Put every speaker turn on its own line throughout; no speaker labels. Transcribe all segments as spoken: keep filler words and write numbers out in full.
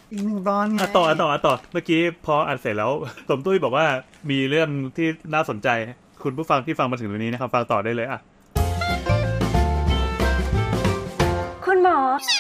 อีกหนึ่งตอนไง
ต่อต่อต่อเมื่อกี้พออัดเสร็จแล้วสมตุ้ยบอกว่ามีเรื่องที่น่าสนใจคุณผู้ฟังที่ฟังมาถึงตรงนี้นะครับฟังต่อได้เลยอ่ะ
คุณหมอ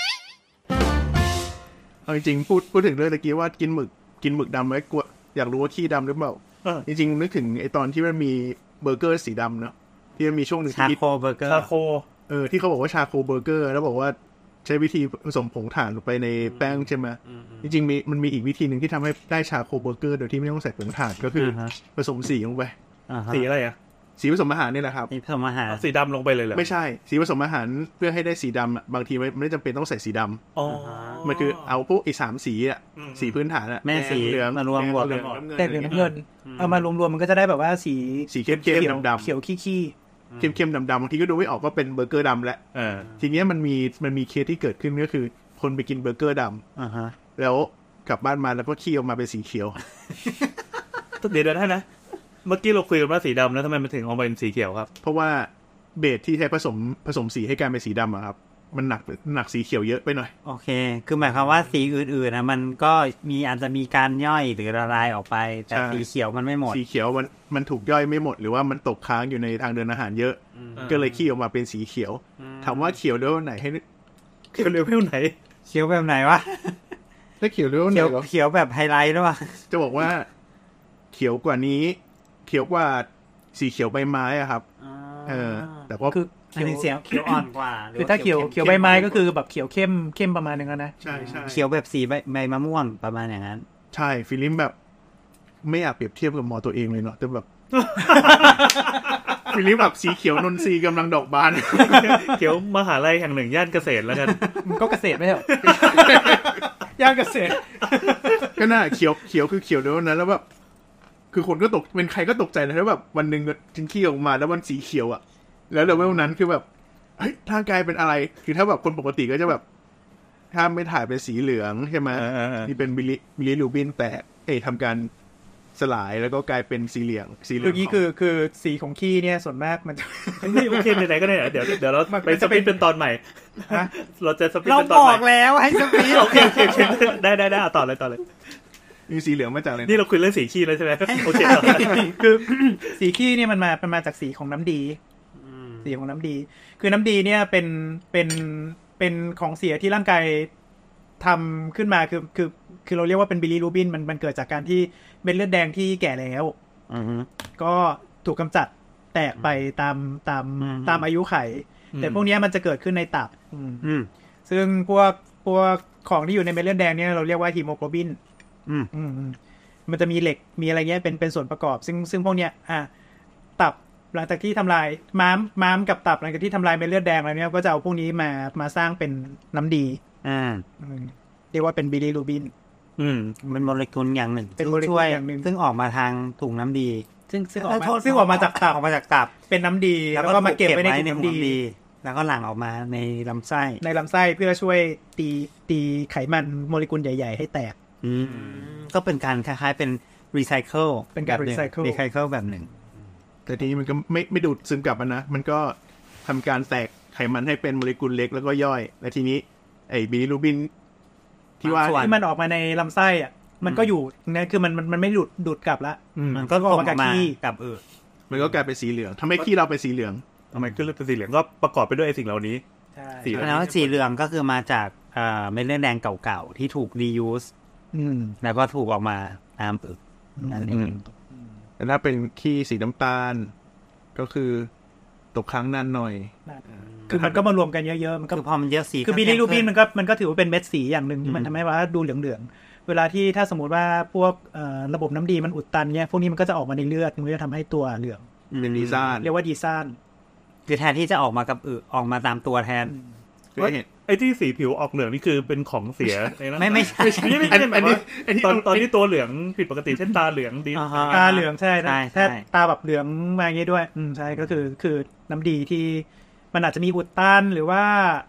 เอาจริงๆพูดพูดถึงเรื่องตะกี้ว่ากินหมึกกินหมึกดำไว้กลัวอยากรู้ว่าขี้ดำหรือเปล่าจริงๆนึกถึงไอตอนที่มันมีเบอร์เกอร์สีดำเนาะที่มันมีช่วงหนึ่ง
ชาโคเบอร์เกอร์
ชาโค
เออที่เขาบอกว่าชาโคเบอร์เกอร์แล้วบอกว่าใช้วิธีผสมผงถ่านลงไปในแป้งใช่ไหมจริงๆมีมันมีอีกวิธีหนึ่งที่ทำให้ได้ชาโคเบอร์เกอร์โดยที่ไม่ต้องใส่ผงถ่านก็คือผสมสีลงไป
สีอะไรอ่ะ
สีผสมอาหารนี่แหละครับ
สีผสมอาหาร
สีดำลงไปเลยเหรอ
ไม่ใช่สีผสมอาหารเพื่อให้ได้สีดำบางทีไม่ไม่จำเป็นต้องใส่สีดำ
อ๋อ
มันคือเอาพวกไอ้สามสีอ่ะสีพื้นฐานอ่ะ
แม่สี
เหลือง
มารวมหมด
แต่เหลืองเงินเอามารวมๆมันก็จะได้แบบว่าสี
สีเข้มๆดำๆ
เขียวขี้
ๆเข้มๆดำๆบางทีก็ดูไม่ออกว่าเป็นเบอร์เกอร์ดำแล้วทีนี้มันมีมันมีเคสที่เกิดขึ้นก็คือคนไปกินเบอร์เกอร์ดำแล้วกลับบ้านมาแล้วก็ขี้ออกมาเป็นสีเขียว
เดี๋ยวได้นะเมื่อกี้เราคุยกันว่าสีดำแล้วทำไมมันถึงออกมาเป็นสีเขียวครับ
เพราะว่าเบสที่ใช้ผสมผสมสีให้กลายเป็นสีดำอะครับมันหนักหนักสีเขียวเยอะไปหน่อย
โอเคคือหมายความว่าสีอื่นๆนะมันก็มีอาจจะมีการย่อยหรือละลายออกไปแต่สีเขียวมันไม่หมด
สีเขียวมันมันถูกย่อยไม่หมดหรือว่ามันตกค้างอยู่ในทางเดินอาหารเยอะก็เลยขี้ออกมาเป็นสีเขียวถามว่าเขียวเลเวลไหนให้
เขียวเลเวลไหน
เขียวแบบไหนวะ
ถ้าเขียวเลเวลไหน
เขียวแบบไฮไลท์หรือเปล่า
จะบอกว่าเขียวกว่านี้เขียวกว่าสีเขียวใบไม้อะครับเออแต่ก็
คือ
เขียวเสียงเขียวอ่อนกว่า
คือถ้าเขียวเขียวใบไม้ก็คือแบบเขียวเข้มเข้มประมาณนึงนะ
ใช่ใช่
เขียวแบบสีใบใบมะม่วงประมาณอย่างนั้น
ใช่ฟีลลิ่งแบบไม่อยากเปรียบเทียบกับหมอตัวเองเลยเนาะแต่แบบฟีลลิ่งแบบสีเขียวนนทรีกำลังดอกบาน
เขียวมหาลัยแห่งหนึ่งย่านเกษตรแล้วกัน
มันก็เกษตรไม่ใช่ย่านเกษตร
ก็น่าเขียวเขียวคือเขียวเดี๋ยวนั้นแล้วแบบคือคนก็ตกเป็นใครก็ตกใจนะแล้วแบบวันหนึ่งทิ้งขี้ออกมาแล้วมันสีเขียวอ่ะแล้วเลเวลนั้นคือแบบเฮ้ยร่างกายเป็นอะไรคือถ้าแบบคนปกติก็จะแบบถ้าไม่ถ่ายเป็นสีเหลืองใช่ไหมนี่เป็นบิลิบิลิลูบินแตกเอ้ยทำการสลายแล้วก็กลายเป็นสีเหลืองสีเหลือง
คือคือคือสีของขี้เนี่ยส่วนมากมัน
นี่โอเคไหนๆก็ได้เดี๋ยวเดี๋ยวเราไปสปีดเป็นตอนใหม่เราจะสปีดเป็นต
อนใหม่เราบอกแล้วให้สปีด
โอเคโอเคได้ได้ได้ต่อเลยต่อเลย
มีสีเหลืองมาจากอะไร
นี่เราคุยเรื่องสีขี้แล้วใช่ไหมโอเค
คือสีขี้เนี่ยมันมามันมาจากสีของน้ำดีสีของน้ำดีคือน้ำดีเนี่ยเป็นเป็นเป็นของเสียที่ร่างกายทำขึ้นมาคือคือคือเราเรียกว่าเป็นบิลิรูบินมันมันเกิดจากการที่เม็ดเลือดแดงที่แก่แล้วก็ถูกกำจัดแตกไปตามตามตามอายุไขแต่พวกนี้มันจะเกิดขึ้นในตับซึ่งพวกพวกของที่อยู่ในเม็ดเลือดแดงเนี่ยเราเรียกว่าฮีโมโกลบินอืมอืมมันจะมีเหล็กมีอะไรเงี้ยเป็นเป็นส่วนประกอบซึ่งซึ่งพวกเนี้ยอ่ะตับหลังจากที่ทำลายม้ามม้ามกับตับหลังจากที่ทำลายเม็ดเลือดแดงอะไรเนี้ยก็จะเอาพวกนี้มามาสร้างเป็นน้ำดี
อ่า
เรียกว่าเป็นบิลิรูบิน
อืมเป็นโมเลกุลอย่างหนึ่ง
เป็นโมเลกุลอย่างหนึ่ง
ซึ่งออกมาทางถุงน้ำดี
ซึ่งซึ่งออกมาซึ่งออกมาจากตับ
ออกมาจากตับ
เป็นน้ำดีแล้วก็มาเก็บไว้ในถุงน้ำดี
แล้วก็หลั่งออกมาในลำไส้
ในลำไส้เพื่อช่วยตีตีไขมันโมเลกุลใหญ่ๆให้แตก
อืมก็เป็นการคล้ายๆเป็นรีไซเคิล
เป็นการรีไซเคิล
รีไซเคิลแบบหนึ่ง
แต่ทีนี้มันก็ไม่ไม่ดูดซึมกลับนะมันก็ทำการแตกไขมันให้เป็นโมเลกุลเล็กแล้วก็ย่อยและทีนี้ไอ้บิลิรูบินที่ว่า
ที่มันออกมาในลำไส้อ่ะมันก็อยู่นะคือมันมันมันไม่ดูดดูดกลับละ
มันก็ออกมาขี้กลับเออ
มันก็กลายเป็นสีเหลืองทำให้ขี้เราเป็นสีเหลือง
ทำไมขึ้นเป็นสีเหลืองก็ประกอบไปด้วยไอ้สิ่งเหล่านี้
สีแล้วสีเหลืองก็คือมาจากเอ่อเม็ดเลือดแดงเก่าๆที่ถูกรียูสแล้วก็ถูกออกมาตามอึนั่นเอง
แต่ถ้าเป็นขี้สีน้ำตาลก็คือตกค้างนานหน่อย
คือมันก็มารวมกันเยอะๆมันก็
คือพอมันเยอะสี
คือบิลิรูบินมันก็มันก็ถือว่าเป็นเม็ดสีอย่างหนึ่งที่มันทำให้ว่าดูเหลืองๆเวลาที่ถ้าสมมติว่าพวกระบบน้ำดีมันอุดตันเนี่ยพวกนี้มันก็จะออกมาในเลือดมันก็จะทำให้ตัวเหลือง
เป็นดีซ่าน
เรียกว่าดีซ่าน
คือแทนที่จะออกมากับอึออกมาตามตัวแทน
ไอ้ที่สีผิวออกเหลืองนี่คือเป็นของเสีย
ไม่ไม่ใช่
อันนี้ตอนตอนที่ตัวเหลืองผิดปกติเช่นตาเหลืองดี
ตาเหลืองใช่ถ้าตาแบบเหลืองมาอย่างนี้ด้วยอืมใช่ก็คือคือน้ำดีที่มันอาจจะมีอุดตันหรือว่า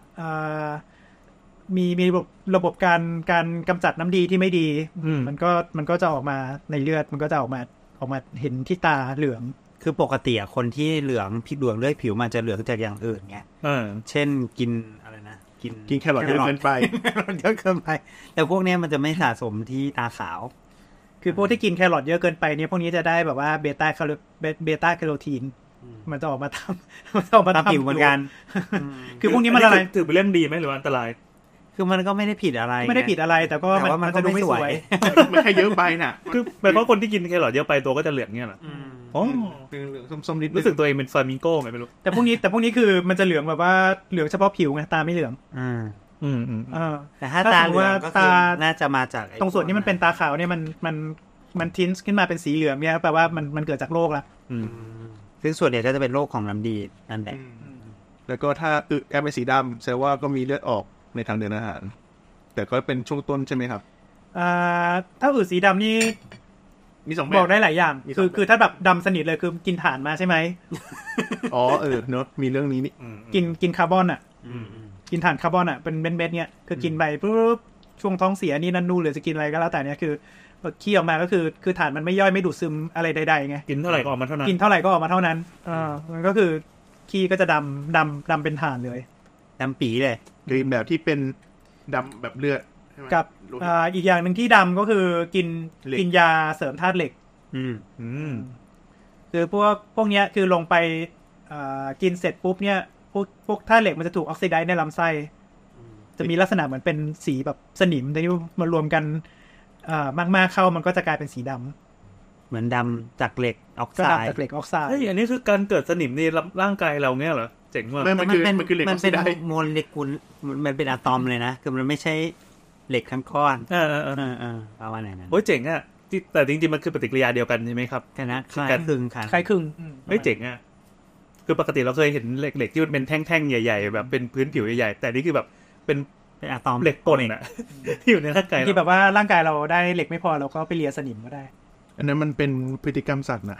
มีมีระบบระบบการการกำจัดน้ำดีที่ไม่ดีมันก็มันก็จะออกมาในเลือดมันก็จะออกมาออกมาเห็นที่ตาเหลือง
คือปกติคนที่เหลืองผิวเหลืองเลือดผิวมันจะเหลืองจากอย่างอื่นไงเช่นกินอะไรนะกิน
กินแครอทเยอะเกินไป
เยอะเกินไปแต่พวกเนี้ยมันจะไม่สะสมที่ตาขาว
คือพวกที่กินแครอทเยอะเกินไปเนี่ยพวกนี้จะได้แบบว่าเบต้าแคโรเบต้าแคโรทีนมันจะออกมาทำมันจะออกมา
ตา
ทำ
ผิวเหมือนกัน
คือพวกนี้มันอะไร
ถือเป็นเรื่องดีไหมหรืออันตราย
คือมันก็ไม่ได้ผิดอะไร
ไม่ได้ผิดอะไรแต่ก็
แต่ว่ามัน
จะดูไม่สวย
ไม่ใช่เยอะไปน่ะ
คือหมายความว่าคนที่กินแครอทเยอะไปตัวก็จะเหลืองเนี่ยเหรออ๋อ
เหลืองๆส้มๆนิด
รู้สึกตัวเองเป็นฟลามิงโก้ไงไม่รู้
แต่พวกนี้แต่พวกนี้คือมันจะเหลืองแบบว่าเหลืองเฉพาะผิวไงตาไม่เหลือง
อืม
อืมอืม
เออ
แต่ถ้า
ถ้า
ตา
สมมุ
เห
ติ
ลือ
ว่า
งก็คือ
ตา
น่าจะมาจากไอ้
ตรงส่วนที่มันเป็นตาขาวเนี่ยมันมันมันทินส์ขึ้นมาเป็นสีเหลืองเนี่ยแปลว่ามันมันเกิดจากโรคละ
อืม
ซึ่งส่วนใหญ่ก็จะเป็นโรคของน้ำดีนั่นแหละ
แล้วก็ถ้าอึแอบเป็นสีดำแสดงว่าก็มีเลือดออกในทางเดินอาหาร แต่ก็เป็นช่วงต้นใช่ไหมครับ
อ่าถ้าอืดสีดำนี่
มีสองแบบ
บอกได้หลายอย่าง
มีสอง
คือ
แบบ
คือถ้าแบบดำสนิทเลยคือกินถ่านมาใช่ไหม
อ๋อเออเนอะมีเรื่องนี้นี่
กินกินคาร์บอนอ่ะกินถ่านคาร์บอนอ่ะเป็นเม็ดๆเนี่ยคือกินไปปุ๊บช่วงท้องเสียนี่นั่นนู่นหรือจะกินอะไรก็แล้วแต่เนี่ยคือขี้ออกมาก็คือคือถ่านมันไม่ย่อยไม่ดูดซึมอะไรใดๆไง
กินเท่าไหร่ก็ออกมาเท่านั้น
กินเท่าไหร่ก็ออกมาเท่านั้นอ่ามันก็คือขี้ก็จะดำดำดำเป็นถ่านเลย
ดำปีเลย
หรือแบบที่เป็นดำแบบเลือดใช่ไหม
กับอ่าอีกอย่างหนึ่งที่ดำก็คือกิน
เหล็ก
กินยาเสริมธาตุเหล็ก
อืม
อืม
คือพวกพวกเนี้ยคือลงไปอ่ากินเสร็จปุ๊บเนี่ยพวกพวกธาตุเหล็กมันจะถูกออกซิไดซ์ในลำไส้จะมีลักษณะเหมือนเป็นสีแบบสนิมแต่ที่มารวมกันอ่ามากๆเข้ามันก็จะกลายเป็นสีดำ
เหมือนดำจากเหล็กออก
ก็
ไซด์
ดำจากเหล็กออกไซด์
เฮ้ยอันนี้คือการเกิดสนิมในร่างกายเราเงี้ยเหรอเจ๋งว่ะ
ไม่มันคือมันคือเหล็กอ
มั
อน ก
เป็
ซิ
น
ไดซ์
โมเลกุลมันเป็นอะตอมเลยนะคือมันไม่ใช่เหล็กทั้งก้อน
เออเออเออ
เออเออเอาว่าไหนนั้น
โอ้ยเจ๋งอ่ะที่แต่จริงๆมันคือปฏิกิริยาเดียวกันใช่ไหมครับ
แค่นั้นคล้ายคลึงค่ะ
คล้ายคลึง
เฮ้ยเจ๋งอ่ะคือปกติเราเคยเห็นเหล็กๆที่มันเป็นแท่งๆใหญ่ๆแบบเป็นพื้นผิวใหญ่ๆแต่นี่คือแบบเป็น
เป็นอะตอม
เหล็กป่นอ่ะ ที่อยู่ในร่างกาย
ที่
เรา
แบบว่าร่างกายเราได้เหล็กไม่พอเราก็ไปเลียสนิมก็ได้
อันนั้นมันเป็นพฤติกรรมสัตว์นะ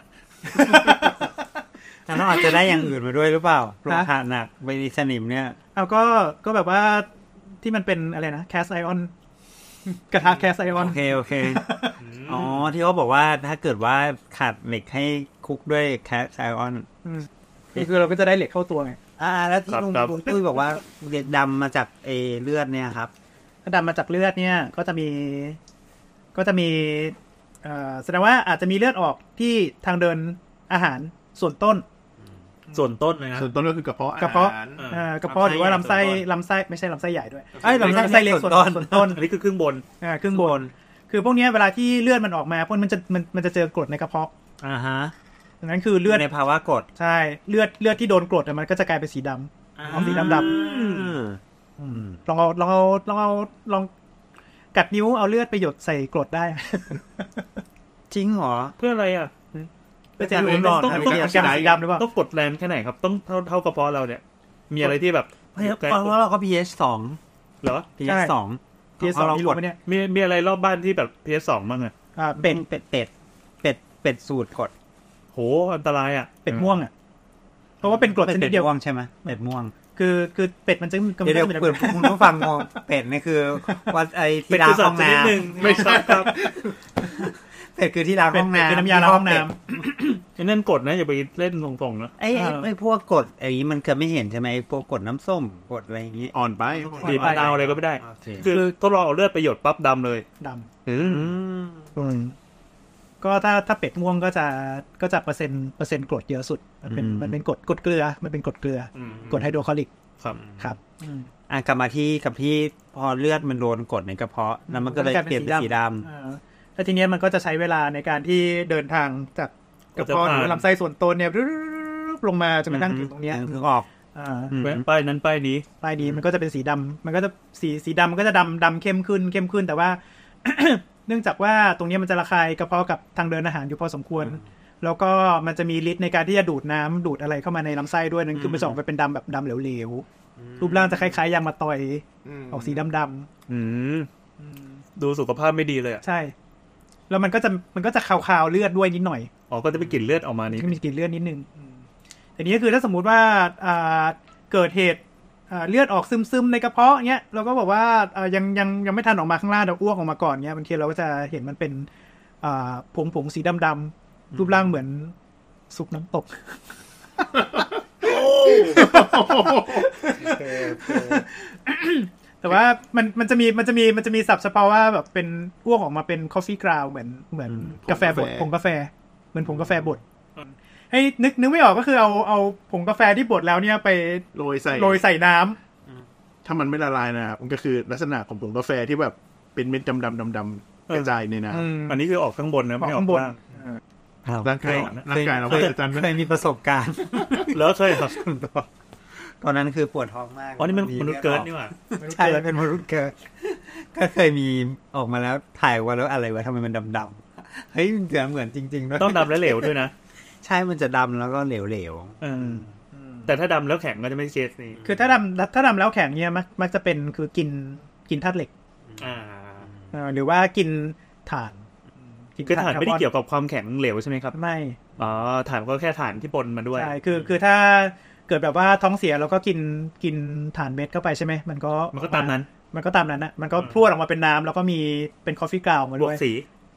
แต่เราอาจจะได้อย่างอื่นมาด้วยหรือเปล่าโล
ฮะ
หะหนักไปสนิมเนี่ย
เอาก็ก็แบบว่าที่มันเป็นอะไรนะแคสไอออนกระทะแคสไอออน
โอเคโอเคอ๋อที่เขาบอกว่าถ้าเกิดว่าขาดเหล็กให้คุกด้วยแคสไอออน
คือเราก็จะได้เหล็กเข้าตัวไง
อ่าแล้วที่ลุงลุงตุ้ยบอกว่าเหล็กดำมาจากเอเลือดเนี่ยครับ
ถ้าดำมาจากเลือดเนี่ยก็จะมีก็จะมีเอ่อแสดงว่าอาจจะมีเลือดออกที่ทางเดินอาหารส่วนต้น
ส่วนต้นเลยนะ
ส่วนต้นก็คือกระเพาะ
กระเพาะ
อหร
เอ่อกระเพาะหรือว่าลำไส้ลำไส้ไม่ใช่ลำไส้ใหญ่ด้วย
เอ้ยลำไส้
ลำไส้เล็กส่วนต้นส่วนต้น
อันนี้คือครึ่งบน
อ่าครึ่งบน คือพวกเนี้ยเวลาที่เลือดมันออกมาพวกมันจะมันมันจะเจอกรดในกระเพาะ
อ่าฮะ
ดังนั้นคือเลือด
ในภาวะกรด
ใช่เลือดเลือดที่โดนกรดอะมันก็จะกลายเป็นสีดำออกสีดำดำลองเอาลองเอาลองเอาลองกัดนิ้วเอาเลือดไปหยดใส่กรดได้
จริงเหรอ
เพื่ออะไรอ่ะ
ก็จะรู้หลอด
ต้อง
นะ
ต้อง
เป็นสีดำหรือเปล่า
ต้องกดแรงแค่ไหนครับ ต้องเท่าเท่ากระเพาะเราเนี่ย มีอะไรที่แบบ
เพราะว่าเราก็ pH สอง
เหรอ
pH สอง
พีเอสสองนี่รู้ไหมเนี่ย
มีมีอะไรรอบบ้านที่แบบ พี เอส สองบ้างอ่ะ
อ่า
เป็
เป็
ด
ด
เป็ดเป็ดเป็ดเป็ดสูตรกด
โหอันตรายอ่ะ
เป็ดม่วงอ่ะเพราะว่าเป็นกรดชนิดเดียว
ม่วงใช่ไหมเป็ดม่วง
คือคือเป็ดมันจะ
เดี๋ยวเดี๋ยวเปิดคุณผู้ฟังงงเป็ดนี่คือว่าไอ้ที่ล้างห้องน้
ไม่ใช่ครับ
ำเป็ดคือที่ล้าง
เป็
ห้
ด
อง
เป็ด
น้ำ
คือน้ำยาล้างห้องน้
ไอ้นั่นกดนะอย่าไปเล่นตรงๆนะ
ไอ้ไอ้ไอ้พวกกดไอ้นี้มันเคยไม่เห็นใช่ไหมไอ้พวกกดน้ำส้มกดอะไรอย่างงี้
อ่อนไป
บีบมะนาวอะไรก็ไม่ได้
โอเค
คือทดลองเอาเลือดไปหยดปั๊บดำเลย
ำด
อืม
อืม
ำก็ถ้าถ้าเป็ดม่วงก็จะก็จะเปอร์เซ็นต์เปอร์เซ็นต์กรดเยอะสุดมันเป็นมันเป็นกรดกรดเกลือมันเป็นกรดเกลือกรดไฮโดรคลอริก
ครับ
ครับ
อ่ะกลับมาที่กับที่พอเลือดมันโดนกดในกระเพาะแล้วมันก็เลยเปลี่ยนเป็นสีดำ
อ่าแล้วทีเนี้ยมันก็จะใช้เวลาในการที่เดินทางจากกระเพาะหรือลำไส้ส่วนต้นเนี่ยลงมาจนกระทั่งถึงตรงเนี้ย
ถึงออก
อ่า
แวะป้ายนั้นป้ายนี้
ปลายนี้มันก็จะเป็นสีดำมันก็จะสีสีดำมันก็จะดำดำเข้มขึ้นเข้มขึ้นแต่ว่า เนื่องจากว่าตรงนี้มันจะระคายกระเพาะกับทางเดินอาหารอยู่พอสมควร แล้วก็มันจะมีฤทธิ์ในการที่จะดูดน้ำดูดอะไรเข้ามาในลำไส้ด้วยนั่นคือมันจะออกไปเป็นดำแบบดำเหลวๆรูปร่างจะคล้ายๆยางมะตอยออกสีดำ
อืมดูสุขภาพไม่ดีเลยอ่ะ
ๆใช่ แล้วมันก็จะมันก็จะคาวๆเลือดด้วยนิดหน่อย
อ๋อก็จะไปกลิ่นเลือดออกมานี่
ก็มีกลิ่นเลือดนิดนึงแต่นี้ก็คือถ้าสมมุติว่าอ่าเกิดเหตุอ่าเลือดออกซึมๆในกระเพาะเงี้ยเราก็บอกว่าอ่ายังยังยังไม่ทันออกมาข้างล่างเดี๋ยวอ้วกออกมาก่อนเงี้ยบางทีเราก็จะเห็นมันเป็นอ่าผงผงสีดำๆรูปร่างเหมือนซุปน้ำตก อแต่ว่ามันมันจะมีมันจะมีมันจะมีศัพท์เฉพาะว่าแบบเป็นอ้วกออกมาเป็น coffee ground เหมือนเหมือนกาแฟบดผงกาแฟเหมือนผงกาแฟบดให้นึกนึกไม่ออกก็คือเอาเอาผงกาแฟที่บดแล้วเนี่ยไป
โรยใส่
โรยใส่น้ำ
ถ้ามันไม่ละลายนะครับมันก็คือลักษณะของผงกาแฟที่แบบเป็นเม็ดดำดำดำดำกระจายในน้ำ
อันนี้คือออกข้างบนนะไม่ออกข้างล่าง
ร่างกายร่างกายเราก็จะจัน
เคยมีประสบการณ์
แล้วเคยครับ
ตอนนั้นคือปวดท้องมาก
อ๋อนี่มันมนุษย์เกิดนี่หว่า
ใช่แล้วเป็นมนุษย์เกิดก็เคยมีออกมาแล้วถ่ายว่าแล้วอะไรวะทำไมมันดำๆเฮ้ยเหมือนเหมือนจริงๆด้วย
ต้องดำและเหลวด้วยนะ
ใช่มันจะดำแล้วก็เหลว
ๆแต่ถ้าดำแล้วแข็งก็จะไม่เคสนี้
คือถ้าดำถ้าดำแล้วแข็งเนี่ยมักมักจะเป็นคือกินกินธาตุเหล็ก
อ่า
หรือว่ากินถ่าน
คือถ่านไม่ได้เกี่ยวกับความแข็งเหลวใช่ไหมครับ
ไม่
อ๋อถ่านก็แค่ถ่านที่ปนมาด้วย
ใช่คือคือถ้าเกิดแบบว่าท้องเสียแล้วก็กินกินถ่านเม็ดเข้าไปใช่ไหมมันก็
มันก็ตามนั้น
มันก็ตามนั้นนะมันก็พรวดออกมาเป็นน้ำแล้วก็มีเป็นคอฟฟี่กราวมาด้วย
สี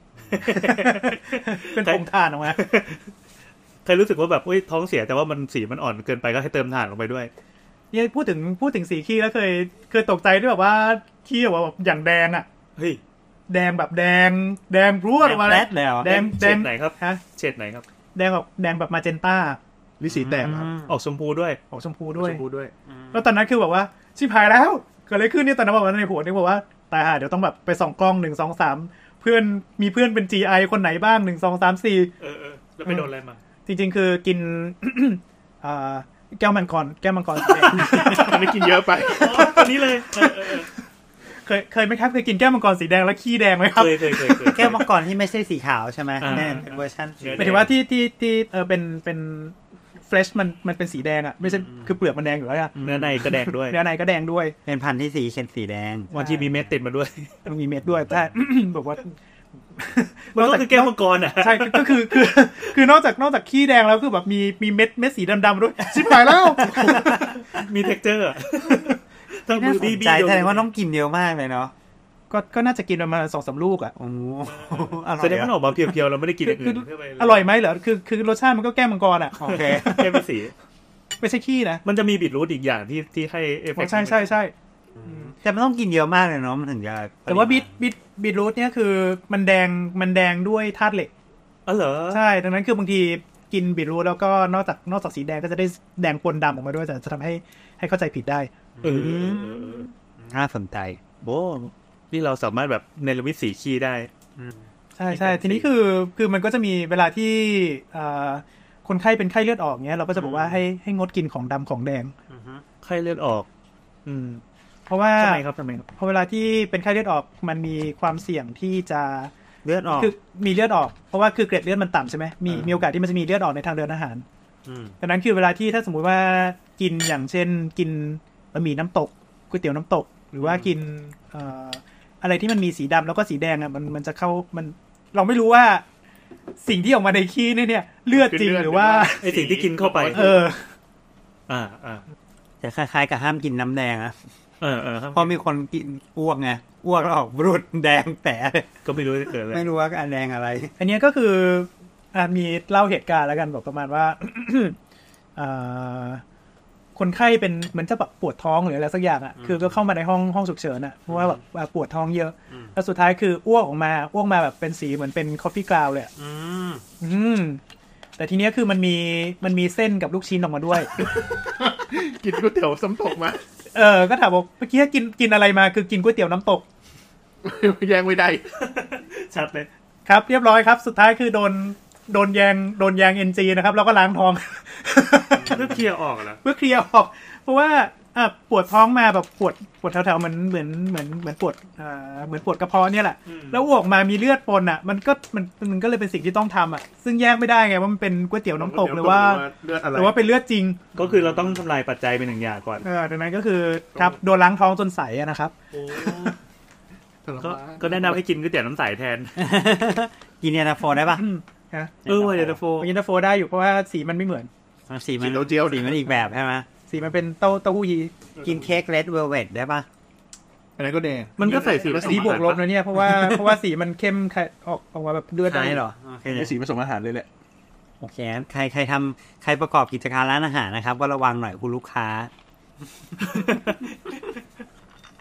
เป็นผงถ่านออกมา
เคยรู้สึกว่าแบบอุ้ยท้องเสียแต่ว่ามันสีมันอ่อนเกินไปก็ให้เติมถ่านลงไปด้วย
เนี่ยพูดถึงพูดถึงสีขี้แล้วเคยเคยตกใจด้วยแบบว่าขี้แบบว่าอย่างแดงอ่ะ
เฮ้ย
แดงแบบแดงแดงพรวดออกมาเลยแดง
แดงไหนครับ
ฮะ
เฉดไหนครับ
แดงแบบแดงแบบมาเจนต้า
ลิสีแตกครับ
ออกชมพูด้วย
ออกชมพูด้วย
ชมพูด้วย
แล้วตอนนั้นคือแบบว่าชิบหายแล้วเกิดอะไรขึ้นเนี่ยตอนนั้นบอกว่าในหัวนี่บอกว่าตายห่าเดี๋ยวต้องแบบไปส่องกล้องหนึ่ง สอง สามเพื่อนมีเพื่อนเป็น จี ไอ คนไหนบ้างหนึ่ง สอง สาม สี่
เออๆแล้วไปโดนอะไรมา
จริงๆคือกินอ่าแก้วมังกรแก้วมังกร
อันนี้กินเยอะไป
อันนี้เลย
เคยเคยไหมครับเคยกินแก้วมังกรสีแดงแล้วขี้แดงไหมครับ
เคยเคยเคย
แก้วมังกรที่ไม่ใช่สีขาวใช่ไหมเป็นเวอร์ชัน
หมายถึงว่าที่ที่ที่เออเป็นเป็นเฟรชมันมันเป็นสีแดงอ่ะไม่ใช่คือเปลือกมันแดงอยู่แล้วอ่ะ
เนื้อในก็แดงด้วย
เนื้อในก็แดงด้วย
เป็นพันธุ์ที่สีเข็นสีแดง
วันที่มีเม็ดติดมาด้วย
มีเม็ดด้วยแต่บอกว่า
มันก็คือแก้วมังกรอ่ะ
ใช่ก็คือคือคือนอกจากนอกจากขี้แดงแล้วคือแบบมีมีเม็ดเม็ดสีดำๆด้วยชิบหายแล้ว
มีเท็กเจอร์
ต้องดูดีๆใจแสดงว่าต้องกินเยอะมากเลยเนาะ
ก็ก็น่าจะกินประมาณ สองสาม ลูกอ่ะ
โอ้
แสดงว่าออกมาเพียวๆเราไม่ได้กินอย่างอื่น
อร่อยไหมเหรอคือคือรสชาติมันก็แก้มังกรอ่ะ
โอเค
แค่เป็นสี
ไม่ใช่ขี้นะ
มันจะมีบีทรูทอีกอย่างที่ที่ให้เอฟเฟค
ใช่ใช่ใช่
แต่มันต้องกินเยอะมากเลยเนาะมันถึงจะ
แต่ว่าบีทบีทบีทรูทเนี่ยคือมันแดงมันแดงด้วยธาตุเหล็ก
อ๋อเหรอ
ใช่ดังนั้นคือบางทีกินบีทรูทแล้วก็นอกจากนอกจากสีแดงก็จะได้แดงปนดำออกมาด้วยแต่จะทำให้ให้เข้าใจผิดได้
เออ
น่าสนใจ
โบนี่เราสามารถแบบเนรมิตสีขี้ได้
ใช่ใช่ทีนี้คือคือมันก็จะมีเวลาที่คนไข้เป็นไข้เลือดออกเนี้ยเราก็จะบอกว่าให้ให้งดกินของดำของแดง
ไข้เลือดออกอืม
เพราะว่า
ทำไมครับทำไมครับ
เพราะเวลาที่เป็นไข้เลือดออกมันมีความเสี่ยงที่จะ
เลือดออก
คือมีเลือดออกเพราะว่าคือเกล็ดเลือดมันต่ำใช่ไหมมีมีโอกาสที่มันจะมีเลือดออกในทางเดินอาหารดังนั้นคือเวลาที่ถ้าสมมุติว่ากินอย่างเช่นกินบะหมี่น้ำตกก๋วยเตี๋ยวน้ำตกหรือว่ากินอะไรที่มันมีสีดำแล้วก็สีแดงอ่ะมันมันจะเข้ามันเราไม่รู้ว่าสิ่งที่ออกมาในขี้นี่เนี่ยเลือดจริงหรือว่า
ไอสิ่งที่กินเข้าไป
เออ
อ่าอ่า
จะคล้ายๆกับห้ามกินน้ำแดงอะ
เออเออ
พอมีคนกินอ้วกไงอ้วกแล้วออกบรุดแดงแผล
ก็ไม่รู้จะเกิดอะไร
ไม่รู้ว่าอันแดงอะไร
อันนี้ก็คืออ่ามีเล่าเหตุการณ์แล้วกันบอกประมาณว่าอ่าคนไข้เป็นเหมือนจะแบบปวดท้องหรืออะไรสักอย่างอ่ะคือก็เข้ามาในห้องห้องฉุกเฉินอ่ะเพราะว่าแบบปวดท้องเยอะแล้วสุดท้ายคืออ้วกออกมาอ้วกมาแบบเป็นสีเหมือนเป็นคอฟฟี่กราวเลยอืมอืมแต่ทีเนี้ยคือมันมีมันมีเส้นกับลูกชิ้นออกมาด้วย
กินก๋วยเตี๋ยวน้ำตกมา
เออก็ถามบอกเมื่อกี้กินกินอะไรมาคือกินก๋วยเตี๋ยวน้ำตก
แยงไม่ได้
ชัดเลย
ครับเรียบร้อยครับสุดท้ายคือโดนโดนแยงโดนแยง เอ็น จี นะครับแล้วก็ล้างท้อง
เพื่อเคลียร์ออกเหรอ
เพื่อเคลียร์ออกเพราะว่าอ่ะปวดท้องมาแบบปวดปวดแถวๆเหมือนเหมือนเหมือนเหมือนปวดอ่าเหมือนปวดกระเพาะเนี่ยแหละแล้วอ้วกมามีเลือดปนอ่ะมันก็มันมันก็เลยเป็นสิ่งที่ต้องทำอ่ะซึ่งแยกไม่ได้ไงว่ามันเป็นก๋วยเตี๋ยวน้ำตกหรือว่าหรือว่าเป็นเลือดจริง
ก็คือเราต้องทำลายปัจจัยเป็นหนึ่งอย่างก่อน
เออดังนั้นก็คือครับโดนล้างท้องจนใสนะครับ
ก็ก็แนะนำให้กินก๋วยเตี๋ยวน้ำใสแทน
กินเย็นตาโฟได้ปะ
เออเย็นตาโฟ
เย็นตาโฟได้อยู่เพราะว่าสีมันไม่เหมือน
สีมันเจียวสีมันอีกแบบใช่ไหม
สีมันเป็นเต้าเต้าหู้ยี
กินเค้กเรดเวลเวตได้ปะ
อันนั้นก็แดง
มันก็ใส่สี
สีบวกลบนะเนี่ยเพราะว่าเพราะว่าสีมันเข้มออกออกมาแบบเลือด
ได้หรอ
ไอสีผสมอาหารเลยแหละ
โอเคใครใครทำใครประกอบกิจการร้านอาหารนะครับก็ระวังหน่อยคุณลูกค้า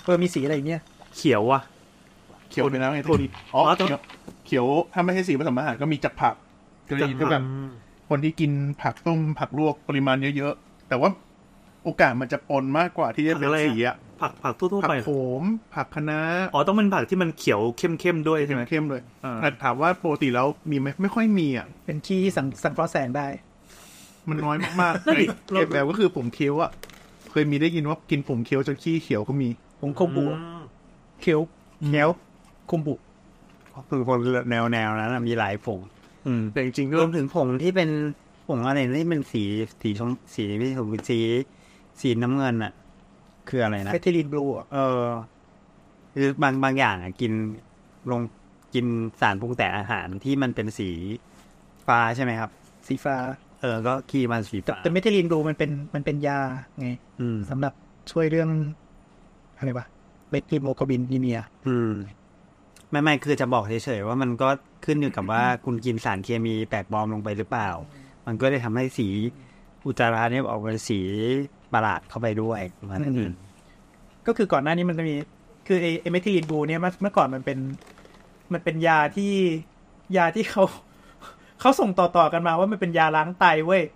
อมีสีอะไรอย่างเงี้ย
เขียวว่ะ
เขียวเป็นแล้วไงที่อ๋อเขียวเขียวถ้าไม่ใช่สีผสมอาหารก็มีจากผักก็เลยก็แบบคนที่กินผักต้มผักลวกปริมาณเยอะๆแต่ว่าโอกาสมันจะปนมากกว่าที่จะเป็นสีอะ
ผักผักทั่วๆ
ผั
ไป
กโขมผักคะน้า
อ๋อต้องเป็นผักที่มันเขียวเข้มๆด้วยใช่ไหม
เข้มๆเลย
อ่า
แต่ถามว่าปกติแล้วมีไหมไม่ค่อยมีอ่ะ
เป็นที่สังสังเคราะห์แสงได้
มันน้อยมากๆไอ้ไอ้แบบก็คือผมเคี้ยวอ่ะเคยมีได้ยินว่ากินผมเคี้ยวจนขี้เขียวก็มี
ผมคมบุเคี้ยวเคี้ยวคมบุ
คือคนแนวแนวนั้นนะมีหลายผง
อืม
แต่จริงๆก็
รวมถึงผงที่เป็นผงอะไรที่เป็นสีสีชมสีไม่ถูกสีสีน้ำเงินอ่ะ คืออะไรนะ
เฟทิลินบลู
เออคือบางบางอย่างอ่ะกินลงกินสารปรุงแต่งอาหารที่มันเป็นสีฟ้าใช่ไหมครับ
สีฟ้า
เออก็คีมันสี
แต่
ฟ้า
แต่เมทิลินบลูมันเป็นมันเป็นยาไง
อืม
สำหรับช่วยเรื่องอะไรวะเมทิลโมโกบินนีเมีย
อืมไม่ไม่คือจะบอกเฉยๆว่ามันก็ขึ้นอยู่กับว่าคุณกินสารเคมีแปลกปลอมลงไปหรือเปล่า มันก็ได้ทำให้สีอุจจาระเนี่ยออกเป็นสีประหลาดเข้าไปด้วยประมาณนั้น
ก็คือก่อนหน้านี้มันจะมีคือไอเมทิลินบลูเนี่ยเมื่อก่อนมันเป็นมันเป็นยาที่ยาที่เขาเขาส่งต่อๆกันมาว่ามันเป็นยาล้างไตเว้ย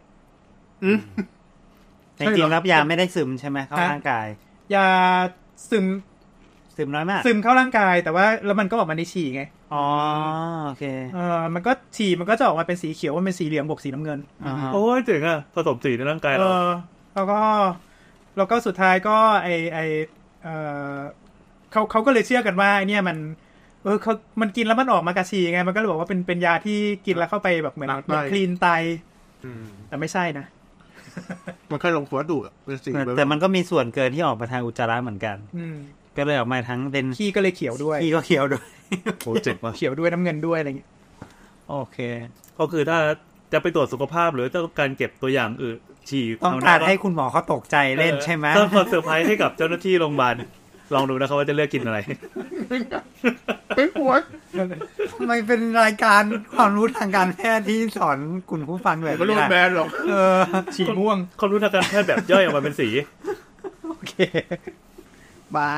จริงๆแล้วยาไม่ได้ซึมใช่ไหมเข้าร่างกาย
ยาซึม
ซึมน้อยมาก
ซึมเข้าร่างกายแต่ว่าแล้วมันก็ออกมาในฉี่ไง
อ๋อโอเค
เออมันก็ฉี่มันก็จะออกมาเป็นสีเขียวว่าเป็นสีเหลืองบวกสีน้ำเงิน
อ่าฮะ
โอ้ยเจ๋งอ่ะผสมสีในร่างกาย
เอ
เรา
อแล้วก็แล้วก็สุดท้ายก็ไอไอเออเขาเขาก็เลยเชื่อกันว่าไอเนี่ยมันเออเขามันกินแล้วมันออกมากระฉี่ไงมันก็เลยบอกว่าเป็นเป็นยาที่กินแล้วเข้าไปแบบเหมือนเหมือนคลีนไตแต่ไม่ใช่นะ
มันค่อยลงหัวดูดเป็นสี
แต่แต่มันก็มีส่วนเกินที่ออกมาทางอุจจาระเหมือนกัน
อืม
ก็เลยออกมาทั้งเป็น
ขี้ก็เลยเขียวด้วย
ขี้ก็เขียวด้วย
โอ้เจ๋งว่ะ
เขียวด้วยน้ำเงินด้วยอะไรอย่างเงี้ย
โอเค
ก็คือถ้าจะไปตรวจสุขภาพหรือต้องการเก็บตัวอย่างอื่นฉี่
ต้องการให้คุณหมอเขาตกใจเล่นใช่ไหม
เพิ่มความเซอร์ไพรส์ให้กับเจ้าหน้าที่โรงพยาบาลลองดูนะครับว่าจะเลือกกินอะไร
เป็นหัว
ทำไมเป็นรายการความรู้ทางการแพทย์ที่สอนคุณผู้ฟังแบบ
ก็รู้
นี้
แบรนด์หรอก
เออ
ฉี่ม่วง
ความรู้ทางการแพทย์แบบย่อยออกมาเป็นสี
โอเคบาย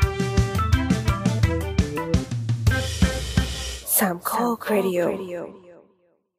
สามข้อครดิโอ